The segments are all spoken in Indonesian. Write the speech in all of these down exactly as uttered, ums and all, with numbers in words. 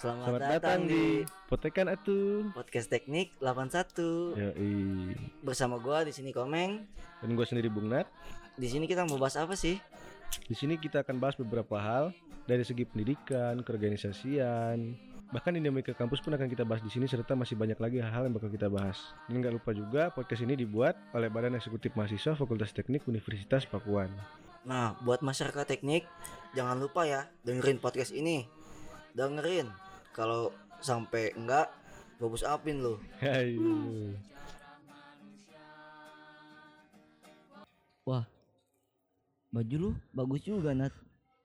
Selamat, Selamat datang, datang di di Potekan Atu. podcast teknik delapan puluh satu. Yoi. Bersama gua di sini Komeng. Dan gue sendiri Bung Nat. Di sini kita mau bahas apa sih? Di sini kita akan bahas beberapa hal dari segi pendidikan, keorganisasian, bahkan dinamika kampus pun akan kita bahas di sini, serta masih banyak lagi hal-hal yang bakal kita bahas. Dan nggak lupa juga podcast ini dibuat oleh Badan Eksekutif Mahasiswa Fakultas Teknik Universitas Pakuan. Nah, buat masyarakat teknik, jangan lupa ya dengerin podcast ini. Dengerin. Kalau sampai enggak, gabus apin lu. Hai. Wah, baju lu bagus juga, Nat.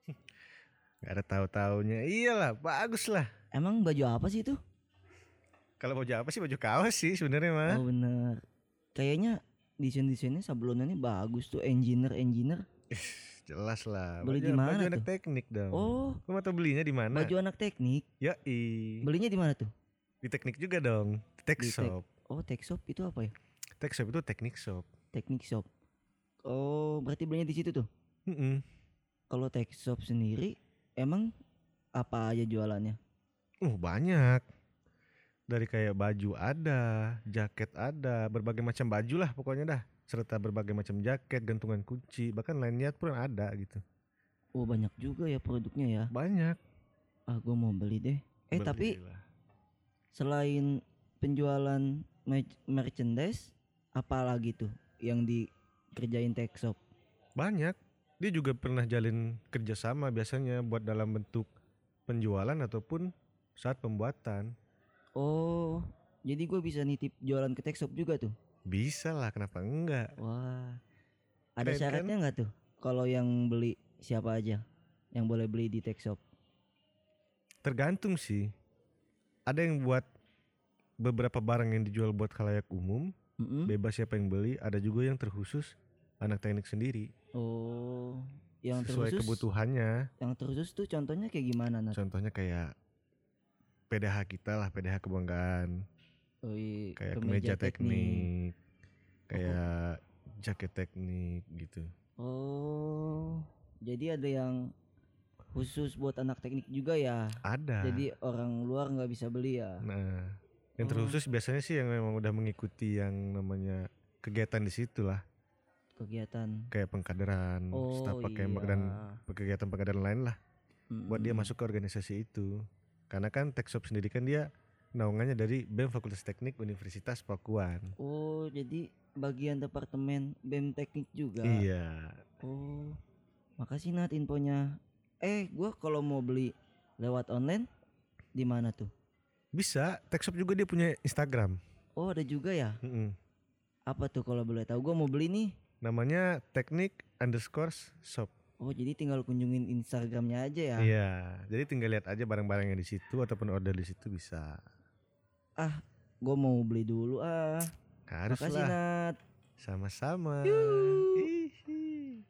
Gak ada tahu-taunya. Iyalah, bagus lah. Emang baju apa sih itu? Kalau baju apa sih, baju kaos sih sebenarnya mah. Oh bener. Kayaknya desain-desainnya sablonannya bagus tuh, engineer-engineer. Jelas lah. Beli Baju- di mana Baju tuh? anak teknik dong. Oh, Lu mau tau belinya di mana? baju anak teknik. Yoi. Belinya di mana tuh? Di teknik juga dong. Di tech Di tek- shop. Oh, tech shop itu apa ya? Tech shop itu teknik shop. Teknik shop. Oh, berarti belinya di situ tuh. Mm-mm. Kalau tech shop sendiri, emang apa aja jualannya? Uh banyak. Dari kayak baju ada, jaket ada, berbagai macam baju lah pokoknya dah. Serta berbagai macam jaket, gantungan kunci, bahkan lanyard pun ada gitu. Oh, banyak juga ya produknya ya. Banyak. Ah, gua mau beli deh. Eh, tapi Belilah. selain penjualan merch- merchandise, apa lagi tuh yang dikerjain tech shop? Banyak. Dia juga pernah jalin kerjasama biasanya buat dalam bentuk penjualan ataupun saat pembuatan. Oh, jadi gue bisa nitip jualan ke tech shop juga tuh? Bisa lah, kenapa enggak? Wah, ada Keren, syaratnya nggak tuh? Kalau yang beli siapa aja yang boleh beli di tech shop? Tergantung sih. Ada yang buat beberapa barang yang dijual buat khalayak umum, Mm-mm. bebas siapa yang beli. Ada juga yang terkhusus anak teknik sendiri. Oh, yang Sesuai terkhusus, kebutuhannya. yang terkhusus tuh contohnya kayak gimana, Nat? Contohnya kayak P D H kita lah, P D H kebanggaan. Oh, iya, Kayak kemeja kemeja teknik, kayak jaket teknik gitu. Oh, jadi ada yang khusus buat anak teknik juga ya? Ada. Jadi orang luar nggak bisa beli ya? Nah, yang Oh. terkhusus biasanya sih yang memang udah mengikuti yang namanya kegiatan di situ lah, Kegiatan. kayak pengkaderan, Oh, staf pakai iya. dan kegiatan pengkaderan lain lah, buat dia Mm-mm. masuk ke organisasi itu. Karena kan tech shop sendiri kan dia naungannya dari B E M Fakultas Teknik Universitas Pakuan. Oh, jadi bagian departemen B E M Teknik juga. Iya. Oh, makasih Nat infonya. Eh, gua kalau mau beli lewat online di mana tuh? Bisa, tech shop juga dia punya Instagram. Oh, ada juga ya. Mm-mm. Apa tuh kalau boleh tahu? Gua mau beli nih. Namanya teknik underscore shop. Oh, jadi tinggal kunjungin Instagramnya aja ya. Iya, jadi tinggal lihat aja barang-barang yang di situ ataupun order di situ bisa. Ah, gua mau beli dulu ah. Harus Makasih lah. Nat. Sama-sama. Yuh. Hihi.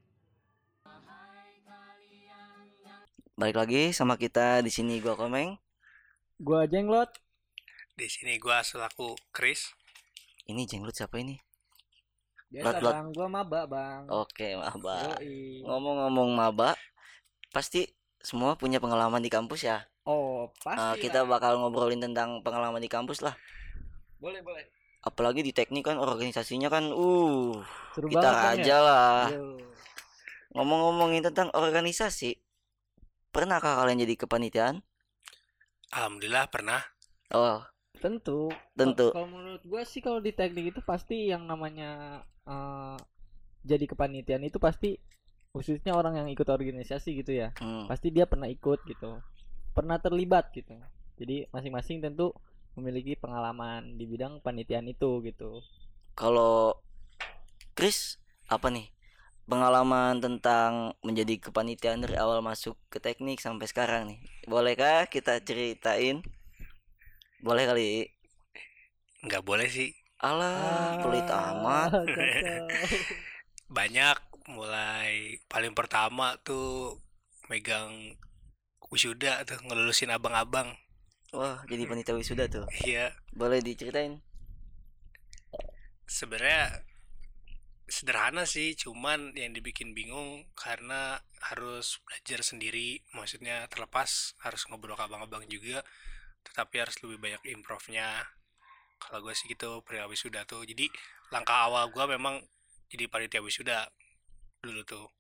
Balik lagi sama kita di sini gua Komeng. Gua Jenglot. Di sini gua selaku Chris. Ini Jenglot siapa ini? Biasa Lot-lot. bang, gua maba bang. Oke, maba. Yoi. Ngomong-ngomong maba, pasti semua punya pengalaman di kampus ya. Oh Eh, pasti kita lah. bakal ngobrolin tentang pengalaman di kampus lah. Boleh boleh. Apalagi di teknik kan organisasinya kan uh Seru kita banget bang aja ya. lah. Yo. Ngomong-ngomongin tentang organisasi, pernahkah kalian jadi kepanitiaan? Alhamdulillah pernah. Oh, Tentu. Tentu. Kalau menurut gua sih kalau di teknik itu pasti yang namanya eh, jadi kepanitiaan itu pasti khususnya orang yang ikut organisasi gitu ya. hmm. Pasti dia pernah ikut gitu. Pernah terlibat gitu. Jadi masing-masing tentu memiliki pengalaman di bidang panitiaan itu gitu. Kalau Chris apa nih pengalaman tentang menjadi kepanitiaan dari awal masuk ke teknik sampai sekarang nih? Bolehkah kita ceritain? Boleh kali. Nggak boleh sih. Alah, pelit amat. Kacau. Banyak, mulai paling pertama tuh megang wisuda tuh, ngelulusin abang-abang. Wah, jadi panitia wisuda tuh. Iya, Boleh diceritain? sebenarnya sederhana sih, cuman yang dibikin bingung karena harus belajar sendiri. Maksudnya terlepas harus ngobrol ke abang-abang juga, tetapi harus lebih banyak improve-nya. Kalau gue sih gitu perihal wisuda tuh. Jadi langkah awal gue memang jadi panitia wisuda dulu tuh.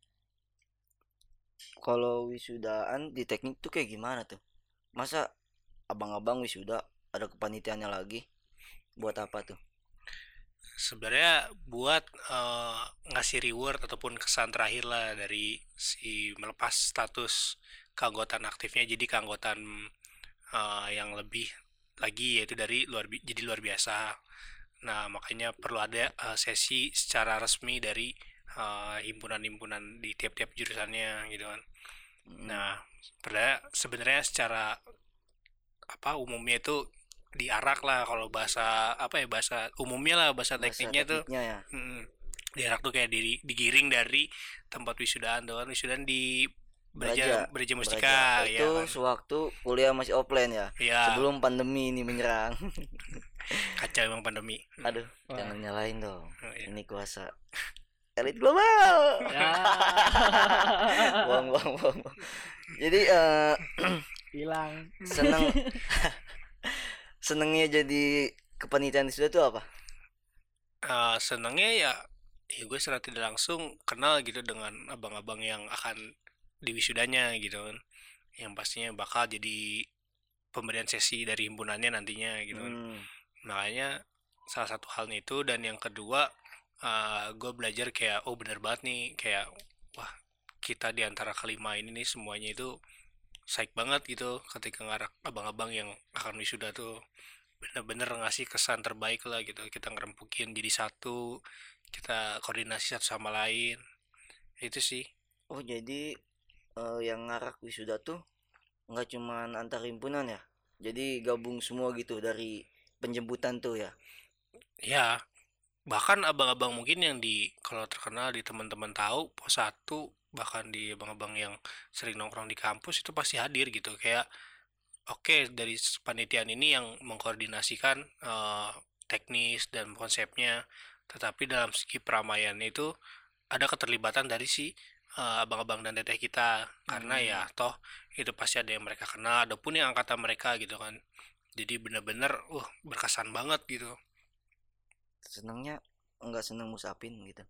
Kalau wisudaan di teknik tuh kayak gimana tuh? Masa abang-abang wisuda ada kepanitiaannya lagi? Buat apa tuh? Sebenarnya buat eh, ngasih reward ataupun kesan terakhir lah dari si melepas status keanggotaan aktifnya jadi keanggotaan eh, yang lebih lagi, yaitu dari luar bi- jadi luar biasa. Nah, makanya perlu ada eh, sesi secara resmi dari eh, himpunan-himpunan di tiap-tiap jurusannya gitu kan. Hmm. Nah, sebenarnya sebenarnya secara apa umumnya itu diarak lah, kalau bahasa apa ya, bahasa umumnya lah, bahasa Bahasa tekniknya tuh tekniknya ya. mm, diarak tuh kayak di, digiring dari tempat wisudaan tuh kan, wisudaan di Beraja, Beraja Beraja Beraja. Mustika ya Itu kan. sewaktu kuliah masih offline ya. Ya, Sebelum pandemi ini menyerang. kacau emang pandemi. Aduh, Wah. jangan nyalain dong. Oh, iya. Ini kuasa elit global. Ya. Bohong, bohong, bohong. Jadi eh Hilang. seneng senengnya jadi kepanitiaan wisuda tuh apa? Eh, senangnya ya ya gue secara tidak langsung kenal gitu dengan abang-abang yang akan di wisudanya gitu kan, yang pastinya bakal jadi pemberian sesi dari himpunannya nantinya gitu kan. Hmm. Makanya salah satu halnya itu, dan yang kedua eh, gue belajar kayak oh bener banget nih, kayak wah kita di antara kelima ini nih semuanya itu psych banget gitu ketika ngarak abang-abang yang akan wisuda tuh, bener-bener ngasih kesan terbaik lah gitu, kita ngerempukin jadi satu, kita koordinasi satu sama lain, itu sih. Oh, jadi eh, yang ngarak wisuda tuh nggak cuman antar himpunan ya? Jadi gabung semua gitu dari penjemputan tuh ya. Ya, bahkan abang-abang mungkin yang di kalau terkenal di teman-teman tahu pos satu, bahkan di abang-abang yang sering nongkrong di kampus itu pasti hadir gitu, kayak oke dari panitiaan ini yang mengkoordinasikan eh, teknis dan konsepnya, tetapi dalam segi keramaiannya itu ada keterlibatan dari si eh, abang-abang dan teteh kita, karena Hmm. ya toh itu pasti ada yang mereka kenal, ada pun yang angkatan mereka gitu kan. Jadi bener-bener uh berkesan banget gitu. Senengnya nggak seneng musapin gitu.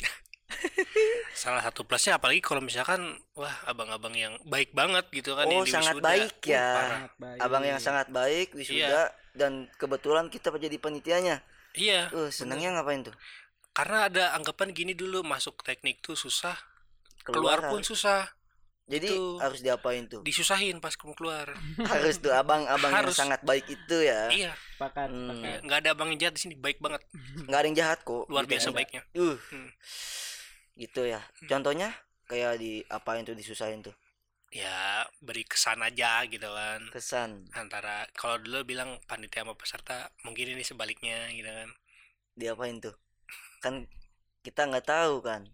Salah satu plusnya apalagi kalau misalkan wah abang-abang yang baik banget gitu kan, Oh, yang di sangat wisuda. baik Uh, ya. parah. Sangat baik. Abang yang sangat baik wisuda dan kebetulan kita jadi panitianya. Iya, Uh, senengnya ngapain tuh? karena ada anggapan gini dulu, masuk teknik tuh susah, keluar, Keluar pun harus- susah, Jadi itu. harus diapain tuh? disusahin pas kamu keluar. Harus tuh abang-abang yang Harus. sangat baik itu ya. Iya, Sepakat, Hmm. sepakat. nggak ada abang yang jahat di sini, baik banget, Nggak ada yang jahat kok. luar Gitu biasa ya. baiknya. Uh, Hmm. gitu ya. Contohnya kayak di apain tuh, disusahin tuh? Ya beri kesan aja gitu kan. Kesan Antara kalau dulu bilang panitia sama peserta, mungkin ini sebaliknya gitu kan. diapain tuh? Kan kita nggak tahu kan.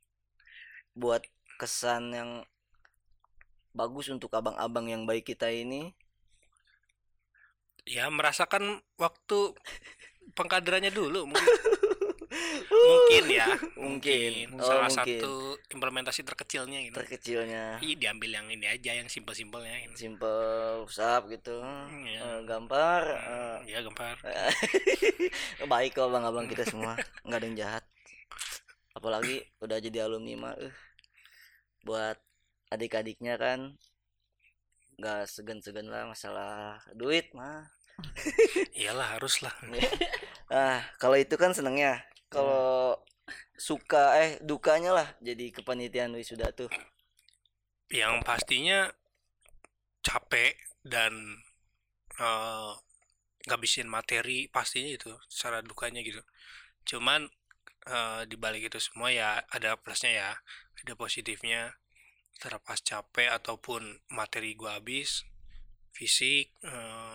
Buat kesan yang bagus untuk abang-abang yang baik kita ini. Ya merasakan waktu pengkaderannya dulu mungkin. Mungkin ya, Mungkin. Oh, salah mungkin. satu implementasi terkecilnya gitu. Terkecilnya Ih, diambil yang ini aja, yang simpel-simpelnya gitu. simple usap gitu. Iya. Eh, gampar. eh, Ya gempar. baik kok abang-abang kita semua, nggak ada yang jahat. Apalagi udah jadi alumni mah, eh. Buat adik-adiknya kan nggak segan-segan lah masalah duit mah. Iyalah harus lah. Ah, kalau itu kan senengnya. Kalau suka eh dukanya lah jadi kepanitiaan wisuda tuh. Yang pastinya capek dan eh, ngabisin materi pastinya itu secara dukanya gitu. Cuman eh, di balik itu semua ya ada plusnya ya, ada positifnya. Terlepas capek ataupun materi gua habis, fisik eh,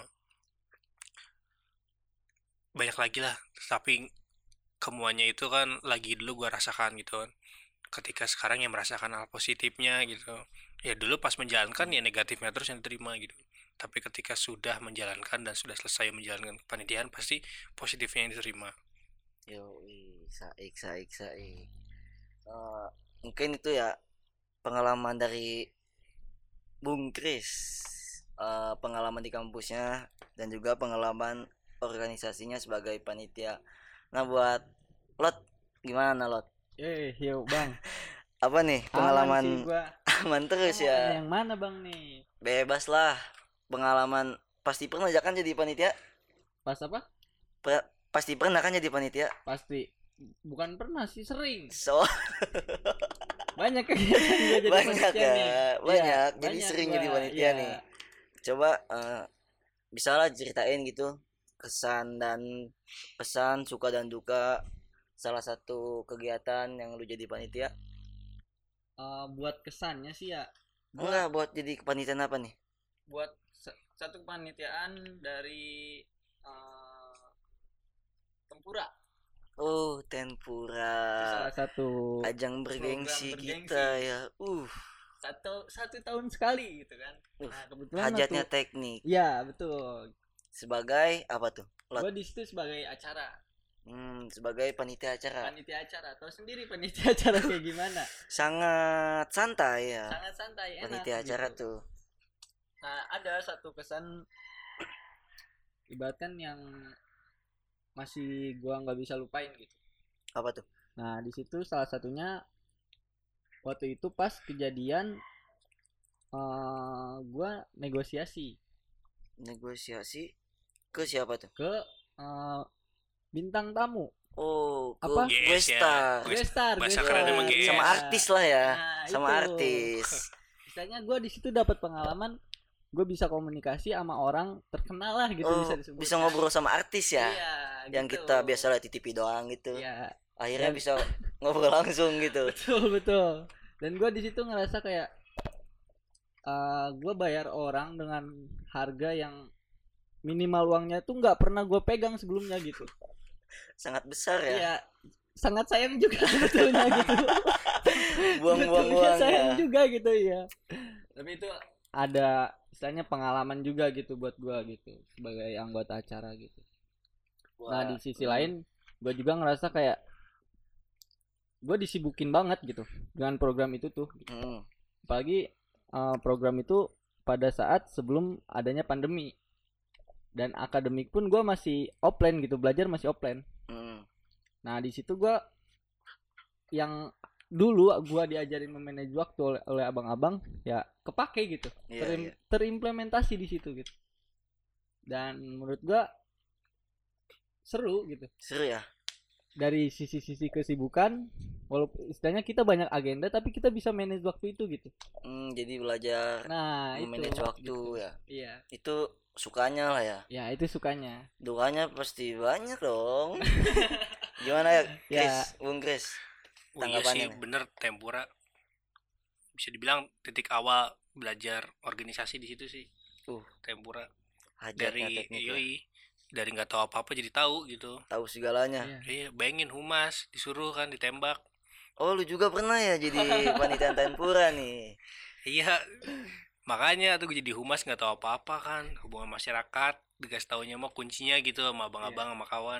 banyak lagi lah, tapi kemuanya itu kan lagi dulu gua rasakan gitu kan. Ketika sekarang yang merasakan hal positifnya gitu. Ya dulu pas menjalankan ya negatifnya terus yang diterima gitu. Tapi ketika sudah menjalankan dan sudah selesai menjalankan kepanitiaan, pasti positifnya yang diterima. Yo, saik saik saik. Eh, mungkin itu ya pengalaman dari Bung Kris. eh, pengalaman di kampusnya dan juga pengalaman organisasinya sebagai panitia. Nah, buat Lot gimana Lot? Eh, yuk Bang. Apa nih Aman sih pengalaman gua. aman terus Mau ya? yang mana Bang nih? Bebas lah. Pengalaman pasti pernah ya kan jadi panitia? Pas apa? Pre- pasti pernah kan jadi panitia? Pasti. Bukan pernah sih, sering. So Banyak kegiatan gua jadi banyak panitia nih. ya, Iya, banyak. Jadi banyak sering gua, jadi panitia iya. nih. Coba eh, bisa lah ceritain gitu kesan dan pesan, suka dan duka salah satu kegiatan yang lu jadi panitia. Eh, buat kesannya sih ya, gua Enggak, buat jadi kepanitiaan apa nih? buat se- satu kepanitiaan dari eh, Tempura. Oh, Itu Tempura. salah satu Ajang bergengsi program bergengsi. kita ya. Uh, satu satu tahun sekali gitu kan. Uh, Nah, kebetulan hajatnya waktu- teknik. Iya, betul. Sebagai apa tuh? Lot. Gue di situ sebagai acara, Hmm, sebagai panitia acara. panitia acara. Tahu sendiri panitia acara kayak gimana? Sangat santai ya. Sangat santai, enak. Panitia acara gitu. tuh. Nah, ada satu kesan ibaratkan yang masih gua nggak bisa lupain gitu. Apa tuh? Nah, di situ salah satunya waktu itu pas kejadian eh gua negosiasi Negosiasi ke siapa tuh? ke eh, bintang tamu. Oh, ke Apa? gue Yes, ya. star. Gue- Guest star, bahasa guest keren star. emang G S. Sama Iya. artis lah ya. Nah, Sama itu. artis. Istilahnya gue di situ dapat pengalaman, gue bisa komunikasi sama orang terkenal lah gitu, Oh, bisa disebut. bisa ngobrol sama artis ya. Iya, Yang gitu. kita biasa lihat di T V doang gitu. Iya, Akhirnya Dan- bisa ngobrol langsung gitu. betul betul. Dan gue di situ ngerasa kayak uh, gue bayar orang dengan harga yang minimal uangnya tuh nggak pernah gue pegang sebelumnya gitu. Sangat besar ya. Iya, sangat sayang juga sebetulnya gitu. Buang-buang Sebetulnya uang sayang ya. juga gitu ya. Tapi itu ada istilahnya pengalaman juga gitu buat gue gitu sebagai anggota acara gitu. Nah, di sisi hmm. lain gue juga ngerasa kayak gue disibukin banget gitu dengan program itu tuh. Hmm. Apalagi uh, program itu pada saat sebelum adanya pandemi, dan akademik pun gue masih offline gitu, belajar masih offline. Hmm. Nah, di situ gue yang dulu gue diajarin memanage waktu oleh, oleh abang-abang ya kepake gitu. Iya, Terim- iya. terimplementasi di situ gitu. Dan menurut gue seru gitu. Seru ya. Dari sisi-sisi kesibukan, walaupun istilahnya kita banyak agenda tapi kita bisa manage waktu itu gitu. Hmm, jadi belajar Nah, itu memanage waktu gitu. ya. Iya. Itu sukanya lah ya. Ya, itu sukanya. Dukanya pasti banyak dong. Gimana ya, Ya. Chris? Bung Chris. Oh iya Tanggapannya sih nih. bener, Tempura bisa dibilang titik awal belajar organisasi di situ sih. Uh. Tempura Hajatnya dari teknik ya. yoi dari nggak tahu apa-apa jadi tahu gitu. Tahu segalanya. Iya. Iya, bayangin humas disuruh kan ditembak. Oh, lu juga pernah ya jadi panitia Tempura nih. Iya, makanya tuh gue jadi humas nggak tahu apa-apa kan, hubungan masyarakat, dikasih taunya mah kuncinya gitu sama abang-abang sama kawan.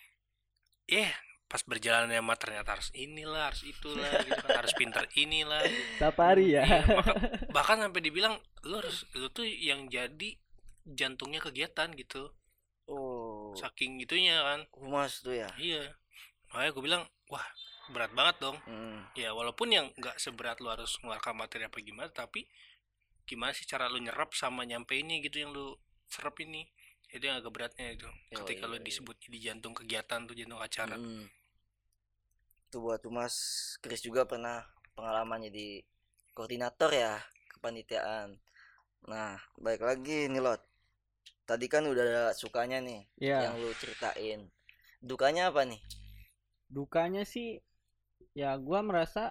Eh, pas berjalan sama ternyata harus inilah, harus itulah gitu kan, harus pinter inilah. Safari ya. Iya, maka- bahkan sampai dibilang lu harus lu tuh yang jadi jantungnya kegiatan gitu. Oh, Saking itunya kan. humas tuh ya. Iya. Makanya gue bilang, wah, berat banget dong. Hmm. Ya walaupun yang nggak seberat lu harus mengeluarkan materi apa gimana, tapi gimana sih cara lu nyerap sama nyampe ini gitu yang lu serap ini, itu yang agak beratnya itu. Yo, Ketika iya, lu iya. disebut jadi jantung kegiatan tuh, jantung acara. Hmm. Tuh buat Mas Chris juga pernah pengalaman jadi koordinator ya kepanitiaan. Nah, baik lagi nih Lot. Tadi kan udah ada sukanya nih Iya. yang lu ceritain. Dukanya apa nih? Dukanya sih ya gua merasa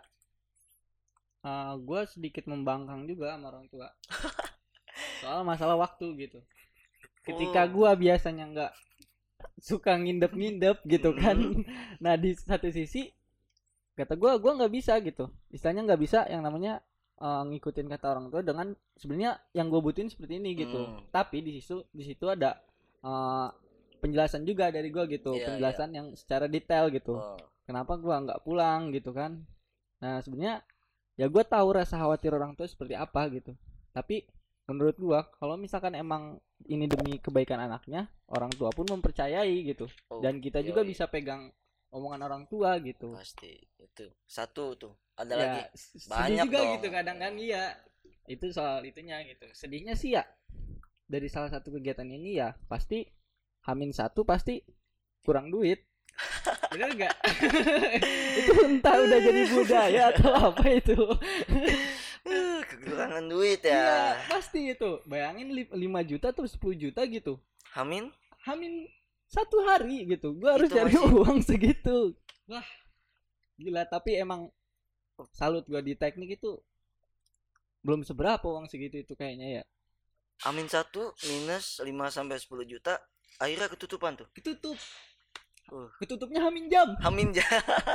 uh, gua sedikit membangkang juga sama orang tua. Soal masalah waktu gitu. Ketika Oh. gua biasanya nggak suka ngindep-ngindep gitu kan. Hmm. Nah, di satu sisi kata gua gua nggak bisa gitu. Istilahnya nggak bisa yang namanya uh, ngikutin kata orang tua dengan sebenarnya yang gue butuhin seperti ini gitu. Hmm. Tapi di situ di situ ada uh, penjelasan juga dari gua gitu, Iya, penjelasan yang secara detail gitu. Oh. Kenapa gua nggak pulang gitu kan? Nah, sebenarnya ya gua tahu rasa khawatir orang tua seperti apa gitu. Tapi menurut gua kalau misalkan emang ini demi kebaikan anaknya, orang tua pun mempercayai gitu. Oh, Dan kita juga yoi. bisa pegang omongan orang tua gitu. Pasti itu satu tuh. Ada Ya, lagi s- sedih banyak juga dong. gitu kadang kan, iya. Itu soal itunya gitu. Sedihnya sih ya dari salah satu kegiatan ini ya pasti Hamin satu pasti kurang duit. Bener gak? Itu entah udah jadi budaya atau apa itu. Uh, kekurangan duit Iya, ya. pasti itu. Bayangin li- lima juta atau sepuluh juta gitu. Hamin Hamin satu hari gitu. Gua harus Itu cari masih- uang segitu. Wah, gila. Tapi emang salut gua di teknik itu belum seberapa uang segitu itu kayaknya ya. Amin satu minus lima sampai sepuluh juta, akhirnya ketutupan tuh. Ketutup. Uh. Ketutupnya Hamin jam. Hamin jam.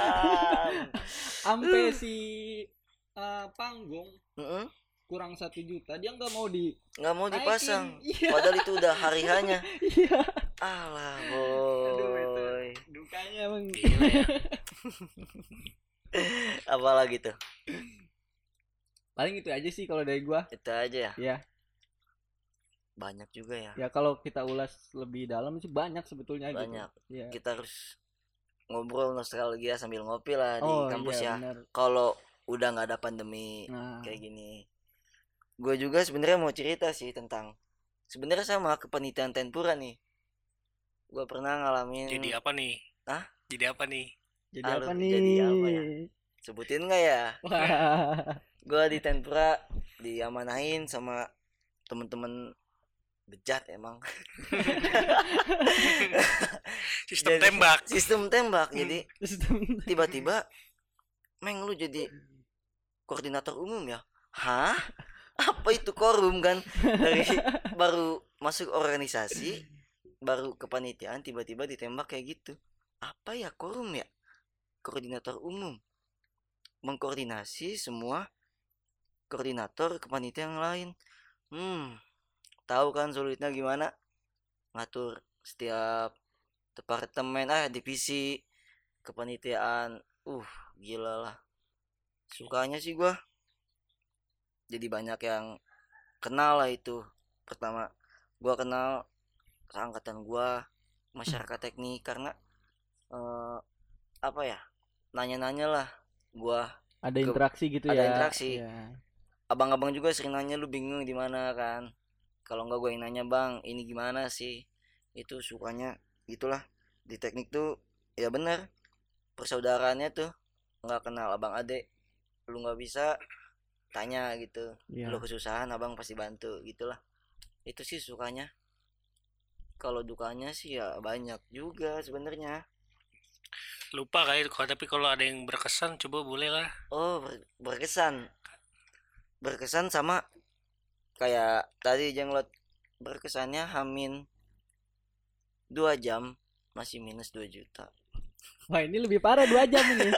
Sampai si uh, panggung Mm-mm. kurang satu juta dia nggak mau di Nggak mau dipasang. Iya. Padahal itu udah hari hanya. Iya. Alah Aduh, boy. itu dukanya emang. Gila ya. Apalagi tuh? Paling itu aja sih kalau dari gua. Itu aja ya. Ya, Banyak juga ya. ya kalau kita ulas lebih dalam sih banyak sebetulnya Banyak. gitu. Ya. Kita harus ngobrol nostalgia sambil ngopi lah di Oh kampus iya ya. benar. Kalau udah nggak ada pandemi Nah, kayak gini. Gue juga sebenarnya mau cerita sih tentang sebenarnya sama kepanitiaan Tempura nih. Gue pernah ngalamin. Jadi apa nih? Hah? Jadi apa nih? jadi Halo, apa nih? jadi apa ya? Sebutin nggak ya? Wah. Gue di Tempura diamanahin sama temen-temen bejat emang. Sistem Jadi- tembak. Sistem tembak. Jadi Sistem- tiba-tiba Meng lu jadi koordinator umum ya? Hah? Apa itu korum kan? Dari baru masuk organisasi, baru kepanitiaan tiba-tiba ditembak kayak gitu. Apa ya korum ya? Koordinator umum. Mengkoordinasi semua koordinator kepanitiaan yang lain. Hmm. Tahu kan sulitnya gimana? Ngatur setiap departemen ah divisi kepanitiaan. Uh, gila lah. Sukanya sih gua jadi banyak yang kenal lah itu. Pertama gua kenal seangkatan gua masyarakat teknik karena eh, apa ya, nanya-nanya lah gua. Ada interaksi gitu Ada ya. interaksi. Iya. Abang-abang juga sering nanya lu bingung di mana kan. Kalau nggak gue yang nanya, bang ini gimana sih, itu sukanya gitulah di teknik tuh. Ya bener, persaudaraannya tuh nggak kenal abang adek. Lu nggak bisa tanya gitu, Iya. lu kesusahan abang pasti bantu gitulah. Itu sih sukanya. Kalau dukanya sih ya banyak juga sebenarnya. Lupa kali kalau tapi kalau ada yang berkesan coba boleh lah. Oh, ber- berkesan berkesan sama kayak tadi Jenglot, berkesannya Hamin dua jam masih minus dua juta. Wah, ini lebih parah dua jam ini.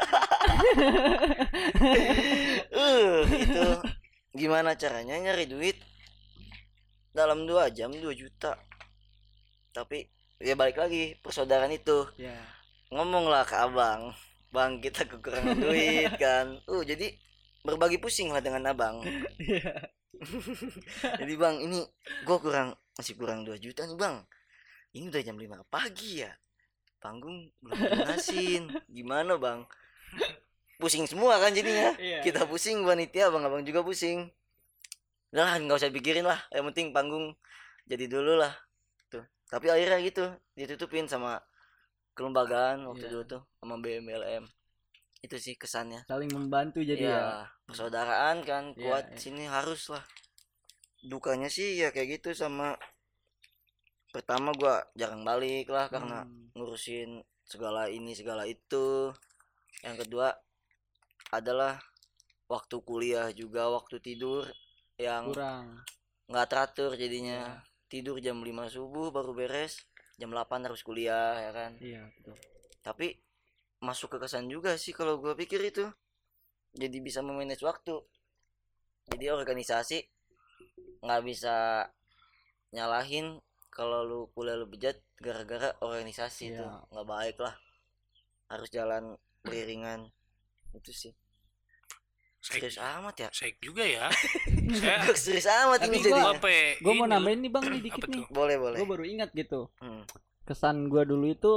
uh itu gimana caranya nyari duit dalam dua jam dua juta. Tapi ya balik lagi persaudaraan itu. Ya. Ngomonglah ke abang, bang kita kekurangan duit kan. Uh jadi berbagi pusing lah dengan abang. Iya. Jadi bang ini gue kurang, masih kurang dua juta nih bang. Ini udah jam lima pagi ya, panggung belum lunasin. Gimana bang? Pusing semua kan jadinya. Iya. Kita pusing, panitia abang-abang juga pusing. Udah lah nggak usah pikirin lah, yang penting panggung jadi dulu lah tuh. Tapi akhirnya gitu ditutupin sama kelembagaan waktu Iya. dulu tuh sama B M L M. Itu sih kesannya. Saling membantu jadi Ya, ya. persaudaraan kan Iya, kuat iya. sini harus lah. Dukanya sih ya kayak gitu, sama pertama gua jarang balik lah karena Hmm. ngurusin segala ini segala itu. Yang kedua adalah waktu kuliah juga, waktu tidur yang kurang. nggak teratur jadinya. Iya. Tidur jam lima subuh baru beres, jam delapan harus kuliah ya kan. Iya, betul. Tapi masuk ke kesan juga sih kalau gua pikir itu. Jadi bisa memanage waktu. Jadi organisasi nggak bisa nyalahin kalau lu kuliah lu bejat gara-gara organisasi. Iya. Tuh nggak baik lah, harus jalan beriringan. Itu sih Serius amat ya. Saya juga ya. Saya Kok serius amat Tapi ini gua- jadi. apa ya, Gue mau ini nambahin nih bang nih Apa dikit tuh? nih. Boleh boleh. Gue baru ingat gitu. Hmm. Kesan gue dulu itu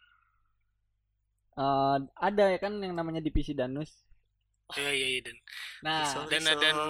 eh, ada ya kan yang namanya divisi Danus. Iya iya iya dan Nah, Risol, dan risol. dan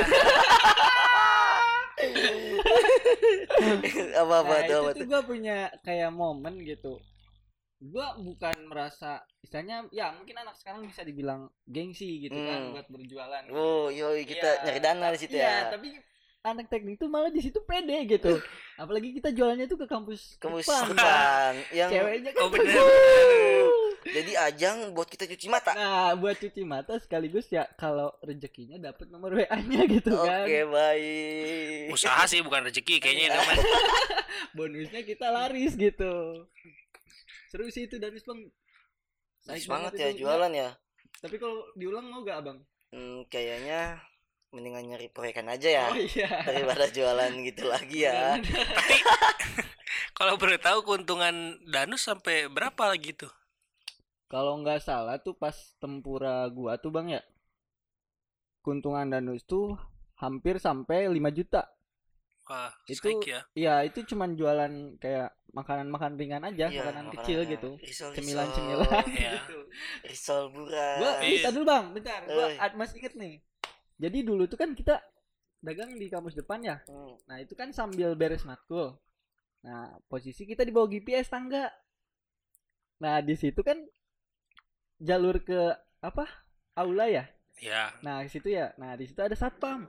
apa apa nah tuh itu apa tuh tuh. gue punya kayak momen gitu. Gue bukan merasa, istilahnya ya mungkin anak sekarang bisa dibilang gengsi gitu kan Hmm. buat berjualan. Oh, yoi kita Iya, nyari dana di situ Iya, ya. tapi anak teknik tuh malah di situ pede gitu. Apalagi kita jualannya tuh ke kampus Kampus depan. depan yang Ceweknya kan. Oh, bener. jadi ajang buat kita cuci mata. Nah, buat cuci mata sekaligus ya kalau rezekinya dapat nomor W A-nya gitu kan. Oke, baik. usaha sih bukan rezeki kayaknya itu mah. Bonusnya kita laris gitu. Seru sih itu Danis bang. Bagus Baik banget ya itu. jualan ya. Tapi kalau diulang mau gak abang? Hmm, kayaknya mendingan nyari proyekan aja ya Oh iya. daripada jualan gitu lagi ya. Tapi kalau boleh tahu keuntungan Danus sampai berapa lagi tuh? Kalau nggak salah tuh pas tempura gua tuh bang ya, keuntungan Danus tuh hampir sampai lima juta. Wah, Itu- strike ya. Iya itu cuman jualan kayak makanan-makanan ringan aja, Iya, makanan makanan kecil ringan. gitu, Risol, cemilan-cemilan Iya. gitu. Risol buram. Gua Iya. bentar dulu bang, bentar. Gua Eh. ad- masih inget nih. Jadi dulu tuh kan kita dagang di kampus depan ya. Hmm. Nah itu kan sambil beres matkul. Nah posisi kita di bawah G P S tangga. Nah di situ kan jalur ke apa? Aula ya. Ya. Nah di situ ya. Nah di situ ada satpam.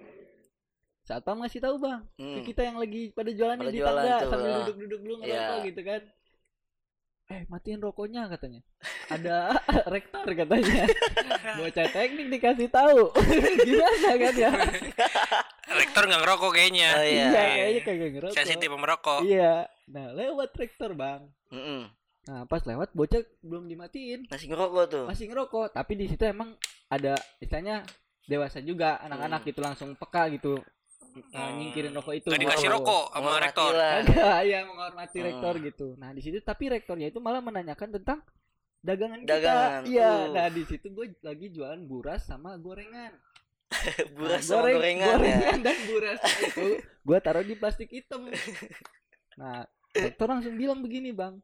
Satpam ngasih tahu bang. Hmm. Ke kita yang lagi pada jualan Pada di jualan tangga tuh, sambil ah. duduk-duduk dulu ngerokok Iya. gitu kan. Eh matiin rokoknya katanya. Ada rektor katanya. Bocah teknik dikasih tahu. Gimana kan ya? Rektor nggak ngerokok kayaknya. Oh, iya. Iya kayaknya kagak ngerokok. Sensitif sama merokok. Iya. Nah lewat rektor bang. Mm-mm. Nah pas lewat bocah belum dimatiin. Masih ngerokok tuh. Masih ngerokok. Tapi di situ emang ada istilahnya dewasa juga anak-anak Hmm. gitu langsung peka gitu. Nah, Hmm. nyingkirin rokok itu. Nggak dikasih Wow. rokok sama Menghormati rektor. lah. Ada ya menghormati Hmm. rektor gitu. Nah di situ tapi rektornya itu malah menanyakan tentang dagangan, Dagangan, kita. Iya. uh. Nah di situ gue lagi jualan buras sama gorengan. Buras Nah, sama goreng- gorengan ya. gorengan dan buras itu gue taruh di plastik hitam. Nah rektor langsung bilang begini bang.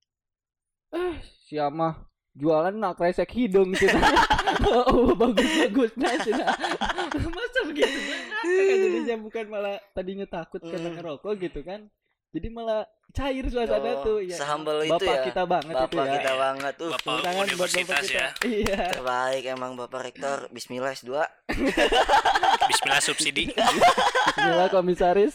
Eh siapa jualan nak kresek hidung gitu. Oh bagus bagus nah cina. Masa begitu gue ngakak kan jadinya bukan malah tadinya takut karena Mm. ngerokok gitu kan. Jadi malah cair suasana Oh, tuh ya. sehumble itu Bapak ya. kita banget itu Bapak ya. kita banget tuh. Bapak Tepuk tangan buat universitas bapak kita. ya. Iya. Terbaik emang Bapak Rektor. Bismillah S dua. Bismillah subsidi. Bismillah komisaris.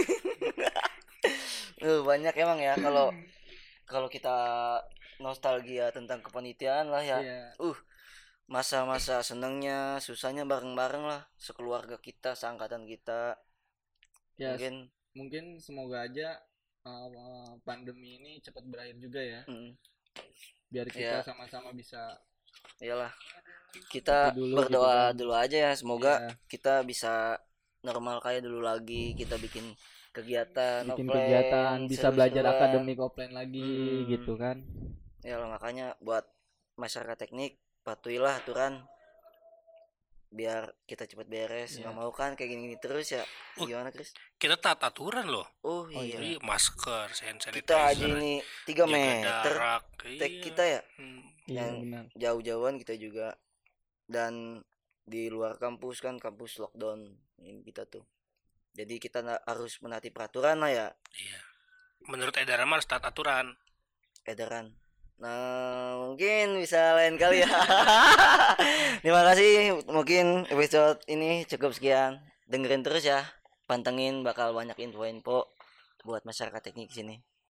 Uh, banyak emang ya kalau kalau kita nostalgia tentang kepanitiaan lah ya. Iya. Masa-masa senengnya, susahnya bareng-bareng lah sekeluarga kita, seangkatan kita. Ya, Mungkin mungkin semoga aja uh, pandemi ini cepat berakhir juga ya. mm, Biar kita Iya. sama-sama bisa iyalah kita Seperti dulu berdoa gitu kan. dulu aja ya, semoga ya, kita bisa normal kayak dulu lagi, kita bikin kegiatan bikin offline, kegiatan, bisa belajar seru-seruan. akademik offline lagi Hmm. gitu kan. Ya lah, makanya buat masyarakat teknik patuhilah aturan biar kita cepat beres. Iya. Nggak mau kan kayak gini-gini terus ya. Oh. Gimana Chris? Kita taat aturan loh. Oh, Oh, iya. Jadi masker, hand sanitizer, Kita aja ini tiga jaga meter jarak. tek Iya. kita ya, Hmm. Iya Yang- benar. jauh-jauhan kita juga. Dan di luar kampus kan kampus lockdown ini kita tuh. Jadi kita na- harus menaati peraturan lah ya, Iya. Menurut edaran mah harus taat aturan. edaran. Nah, mungkin bisa lain kali ya. Terima kasih. Mungkin episode ini cukup sekian. Dengerin terus ya. Pantengin, bakal banyak info-info buat masyarakat teknik di sini.